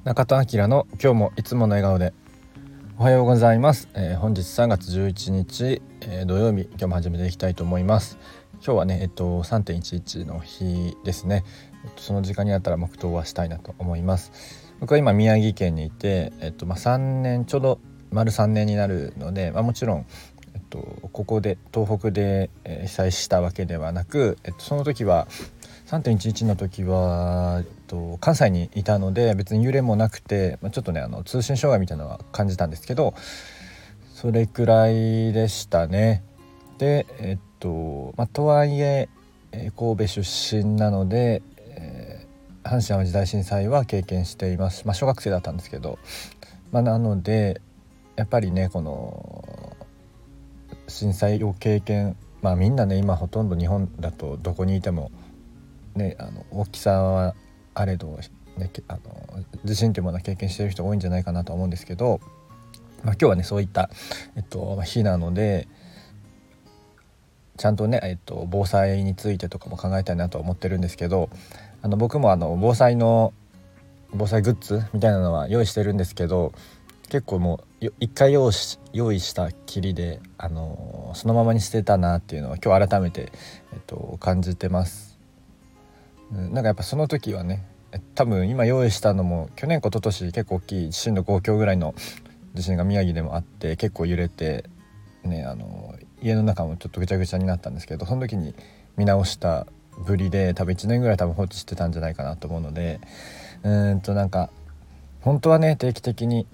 中田明の今日もいつもの笑顔で。おはようございます。本日3月11日、土曜日、今日も始めていきたいと思います。今日はね、3.11 の日ですね。その時間になったら黙祷はしたいなと思います。僕は今宮城県にいて、3年ちょうど丸3年になるので、もちろん、ここで東北で、被災したわけではなく、その時は3.11 の時は、関西にいたので別に揺れもなくて、ちょっとね通信障害みたいなのは感じたんですけど、それくらいでしたね。でとはいえ神戸出身なので、阪神・淡路大震災は経験しています。小学生だったんですけど、なのでやっぱりね、この震災を経験、みんなね、今ほとんど日本だとどこにいてもね、大きさはあれど、ね、地震というものは経験している人多いんじゃないかなと思うんですけど、今日はねそういった、日なのでちゃんとね、防災についてとかも考えたいなと思ってるんですけど、僕も防災グッズみたいなのは用意してるんですけど、結構もう一回用意したきりで、そのままにしてたなっていうのは今日改めて、感じてます。なんかやっぱその時はね、多分今用意したのも去年か一昨年結構大きい震度5強ぐらいの地震が宮城でもあって、結構揺れてね、家の中もちょっとぐちゃぐちゃになったんですけど、その時に見直したぶりで多分1年ぐらい放置してたんじゃないかなと思うので、なんか本当はね定期的に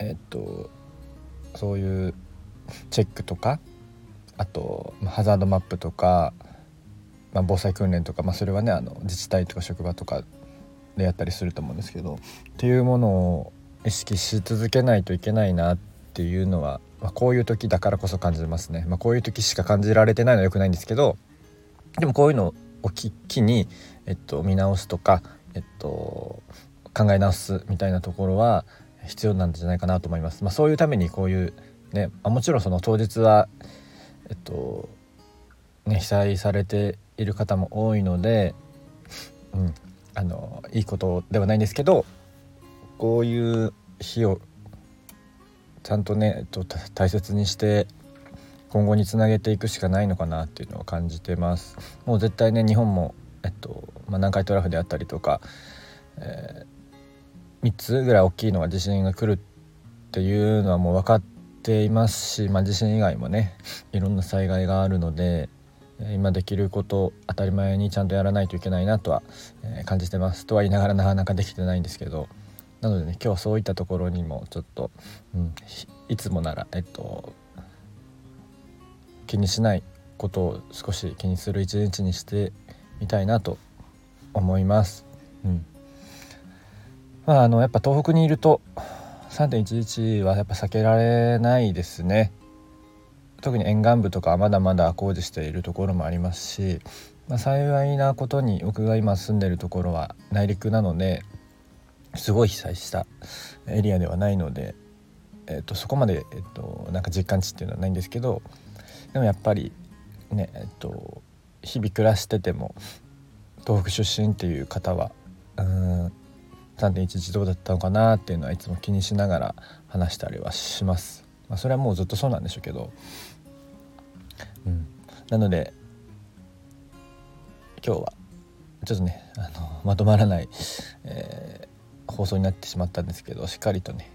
そういうチェックとか、あとハザードマップとか、防災訓練とか、それはね自治体とか職場とかでやったりすると思うんですけど、っていうものを意識し続けないといけないなっていうのは、こういう時だからこそ感じますね。こういう時しか感じられてないのは良くないんですけど、でもこういうのを機に、見直すとか、考え直すみたいなところは必要なんじゃないかなと思います。そういうためにこういうね、もちろんその当日は被災されている方も多いので、いいことではないんですけど、こういう日をちゃんとね、大切にして今後につなげていくしかないのかなっていうのを感じてます。もう絶対ね日本も、南海トラフであったりとか、3つぐらい大きいのが地震が来るっていうのはもう分かっていますし、地震以外もねいろんな災害があるので、今できること当たり前にちゃんとやらないといけないなとは、感じてます。とは言いながらなかなかできてないんですけど、なのでね今日はそういったところにもちょっと、いつもなら、気にしないことを少し気にする一日にしてみたいなと思います。やっぱ東北にいると 3.11 はやっぱ避けられないですね。特に沿岸部とかはまだまだ工事しているところもありますし、幸いなことに僕が今住んでいるところは内陸なのですごい被災したエリアではないので、そこまで、なんか実感値っていうのはないんですけど、でもやっぱりね、日々暮らしてても東北出身っていう方は3.11 どうだったのかなっていうのはいつも気にしながら話したりはします。それはもうずっとそうなんでしょうけど、なので今日はちょっとねまとまらない、放送になってしまったんですけど、しっかりとね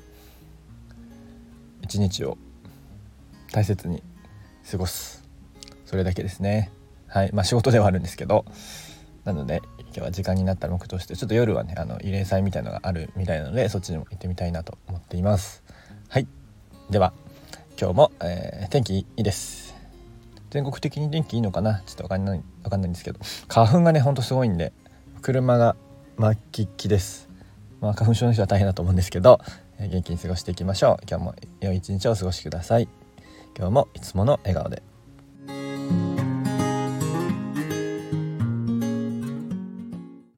一日を大切に過ごす、それだけですね。はい、仕事ではあるんですけど、なので今日は時間になったら黙祷して、ちょっと夜はね慰霊祭みたいなのがあるみたいなのでそっちにも行ってみたいなと思っています。はい、では今日も、天気いいです。全国的に天気いいのかな、ちょっと分かんないんですけど、花粉がねほんとすごいんで車が巻きっきです。花粉症の人は大変だと思うんですけど、元気に過ごしていきましょう。今日も良い一日をお過ごしください。今日もいつもの笑顔で。